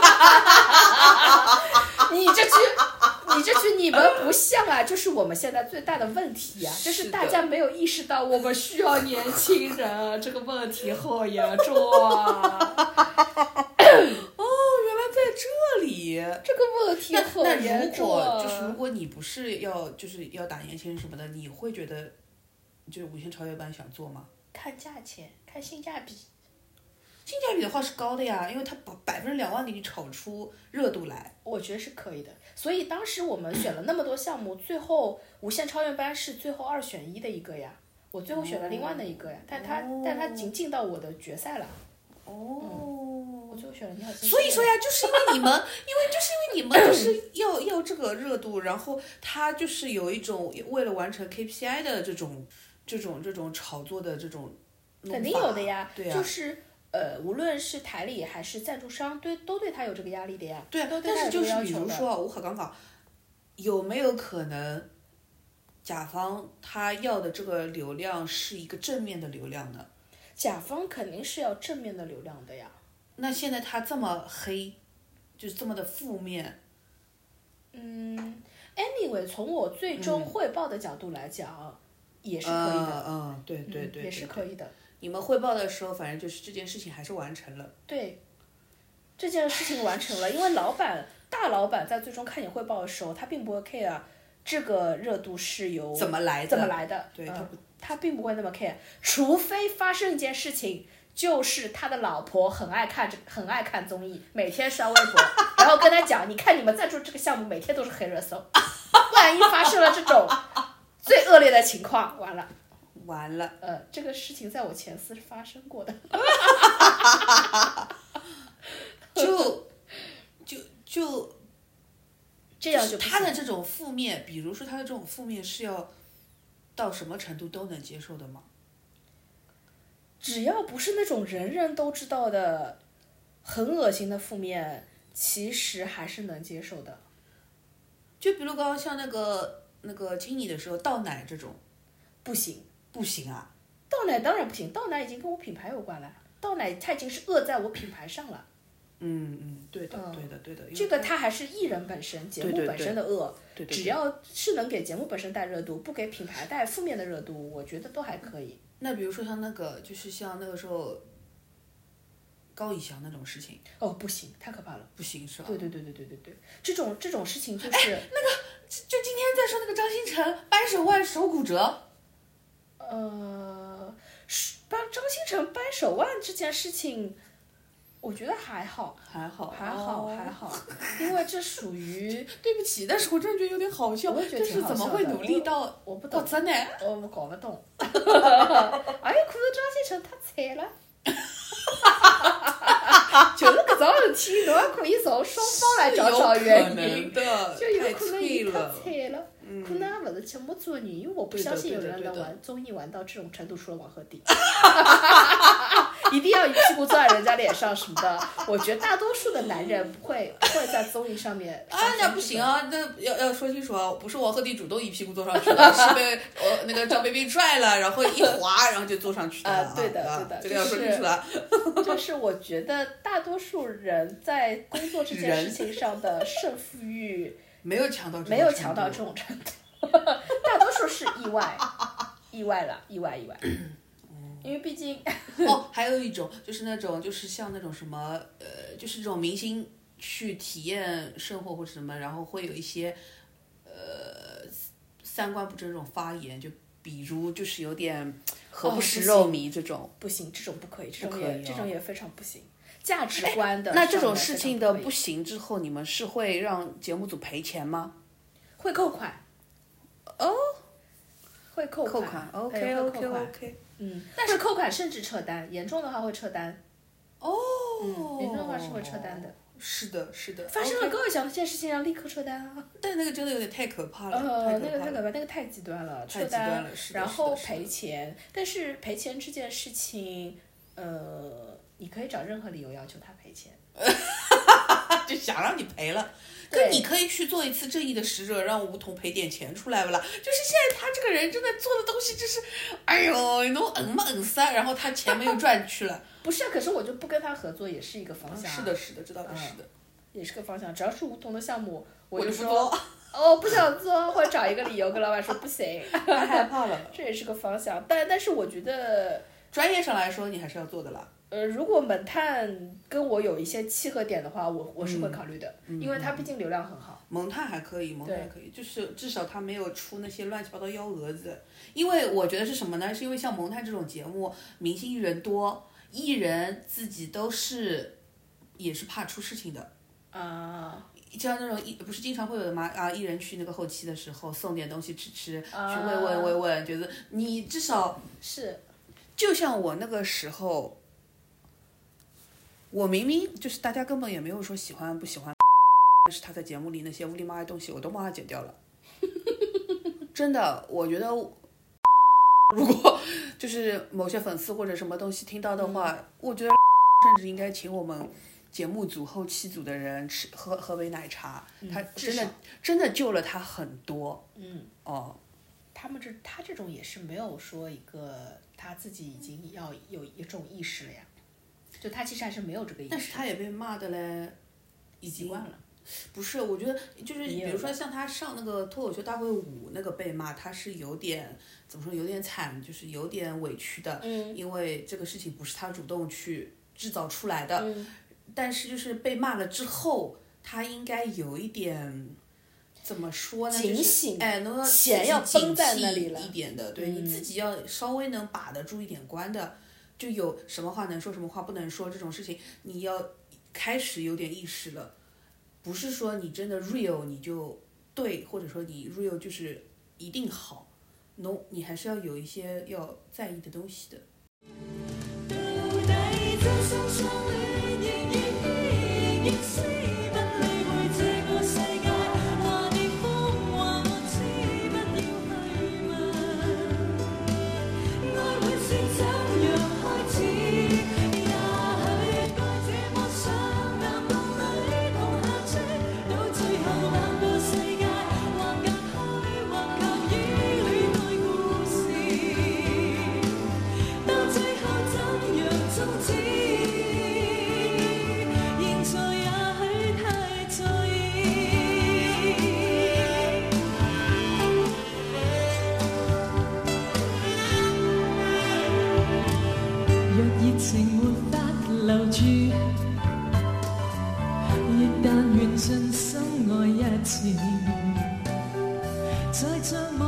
你这句你们不像啊，就是我们现在最大的问题呀，就是大家没有意识到我们需要年轻人啊，这个问题好严重啊。 原来在这里， 这个问题很严重啊。 那如果你不是要打年轻人什么的，你会觉得就是无限超越班想做吗？ 看价钱，看性价比。 性价比的话是高的呀，因为它把20000给你炒出热度来。 我觉得是可以的，所以当时我们选了那么多项目，最后无限超越班是最后2选1的一个呀。我最后选了另外的一个呀，但他已经进到我的决赛了。我最后选了你好。 所以说呀，就是因为你们，就是要这个热度，然后他就是有一种为了完成 KPI 的这种炒作的这种弄法。 肯定有的呀， 对呀， 就是无论是台里还是赞助商，都对他有这个压力的呀。 对啊，但是就是比如说，我刚刚有没有可能甲方他要的这个流量是一个正面的流量呢？ 甲方肯定是要正面的流量的呀。 那现在他这么黑，就是这么的负面。 anyway， 从我最终汇报的角度来讲，也是可以的。 对， 也是可以的。 你们汇报的时候，反正就是这件事情还是完成了。 对，这件事情完成了，因为大老板在最终看你汇报的时候，他并不会 care 这个热度是由怎么来的。 对， 他并不会那么 care， 除非发生一件事情，就是他的老婆很爱看综艺，每天刷微博，然后跟他讲，你看你们赞助这个项目每天都是黑热搜，万一发生了这种最恶劣的情况，完了。这个事情在我前司是发生过的。 就这样就他的这种负面，比如说他的这种负面是要到什么程度都能接受的吗？ 只要不是那种人人都知道的很恶心的负面，其实还是能接受的。 就比如刚刚像那个经理的时候倒奶这种， 不行啊。 倒奶当然不行，倒奶已经跟我品牌有关了，倒奶它已经是在我品牌上了。 对的。 这个它还是艺人本身节目本身的恶， 对， 只要是能给节目本身带热度，不给品牌带负面的热度，我觉得都还可以。 那比如说像就是像那个时候高以翔那种事情， 不行，太可怕了， 不行是吧？ 对，这种事情就是， 就今天在说那个张新成掰手腕手骨折， 帮张新成掰手腕这件事情，我觉得还好，因为这属于对不起，但是我真的觉得有点好笑， 我也觉得挺好笑的， 就是怎么会努力到我不懂， 真的， 我搞不懂，可能张新成太惨了。就是搿桩事体，侬也可以从双方来找原因，就有可能伊太惨了，可能也勿是节目组的原因，我不相信有人能玩综艺玩到这种程度，除了王鹤棣，一定要一屁股坐在人家脸上什么的。我觉得大多数的男人不会在综艺上面。 那不行啊，那要说清楚啊，不是王鹤棣主动一屁股坐上去的，是被那个张 baby 拽了，然后一滑，然后就坐上去的。 对的， 这个要说清楚啊。 就是我觉得大多数人在工作这件事情上的胜负欲没有强到这种程度，大多数是意外，意外。因为毕竟还有一种就是那种就是像那种什么就是这种明星去体验生活或者什么，然后会有一些三观不正这种发言，就比如就是有点何不食肉糜这种， 不行，这种不可以，这种也非常不行。价值观的那这种事情的不行之后，你们是会让节目组赔钱吗？ 会扣款。会扣款。 OK。 但是扣款甚至撤单，严重的话会撤单。严重的话是会撤单的。 是的。 发生了高以翔这件事情，要立刻撤单啊！ 但那个真的有点太可怕了。 那个太可怕，那个太极端了，撤单，然后赔钱。但是赔钱这件事情，你可以找任何理由要求他赔钱。 就想让你赔了。那你可以去做一次正义的使者，让梧桐赔点钱出来不啦？就是现在他这个人真的做的东西，就是，哎呦，侬硬嘛硬死，然后他钱没有赚去了。 不是，可是我就不跟他合作，也是一个方向。 是的，是的，这倒是的， 也是个方向。只要是梧桐的项目，我就说不想做，或者找一个理由跟老板说不行， 太害怕了。 这也是个方向，但是我觉得专业上来说，你还是要做的啦。 如果猛探跟我有一些契合点的话，我是会考虑的，因为它毕竟流量很好。 萌探还可以，萌探还可以，就是至少他没有出那些乱七八糟幺蛾子。因为我觉得是什么呢？是因为像萌探这种节目，明星艺人多，艺人自己也是怕出事情的啊。 像那种不是经常会有的吗？啊，艺人去那个后期的时候送点东西吃，去慰问，觉得你至少是， 就像我那个时候。我明明就是大家根本也没有说喜欢不喜欢，但是他在节目里那些乌里麻的东西我都帮他剪掉了。真的，我觉得如果就是某些粉丝或者什么东西听到的话，我觉得甚至应该请我们节目组后期组的人喝杯奶茶，他真的救了他很多。 他这种也是没有说一个他自己已经要有一种意识了呀。就他其实还是没有这个意识， 但是他也被骂的嘞，已经习惯了。 不是，我觉得就是比如说像他上那个脱口秀大会5那个被骂，他是有点怎么说，有点惨，就是有点委屈的，因为这个事情不是他主动去制造出来的，但是就是被骂了之后，他应该有一点怎么说呢？ 警醒， 能钱要绷在那里了一点的，对，你自己要稍微能把得住一点关的。就有什么话能说，什么话不能说，这种事情你要开始有点意识了，不是说你真的 real 你就对，或者说你 real 就是一定好 ，no， 你还是要有一些要在意的东西的。 亦但願盡心愛一次，再像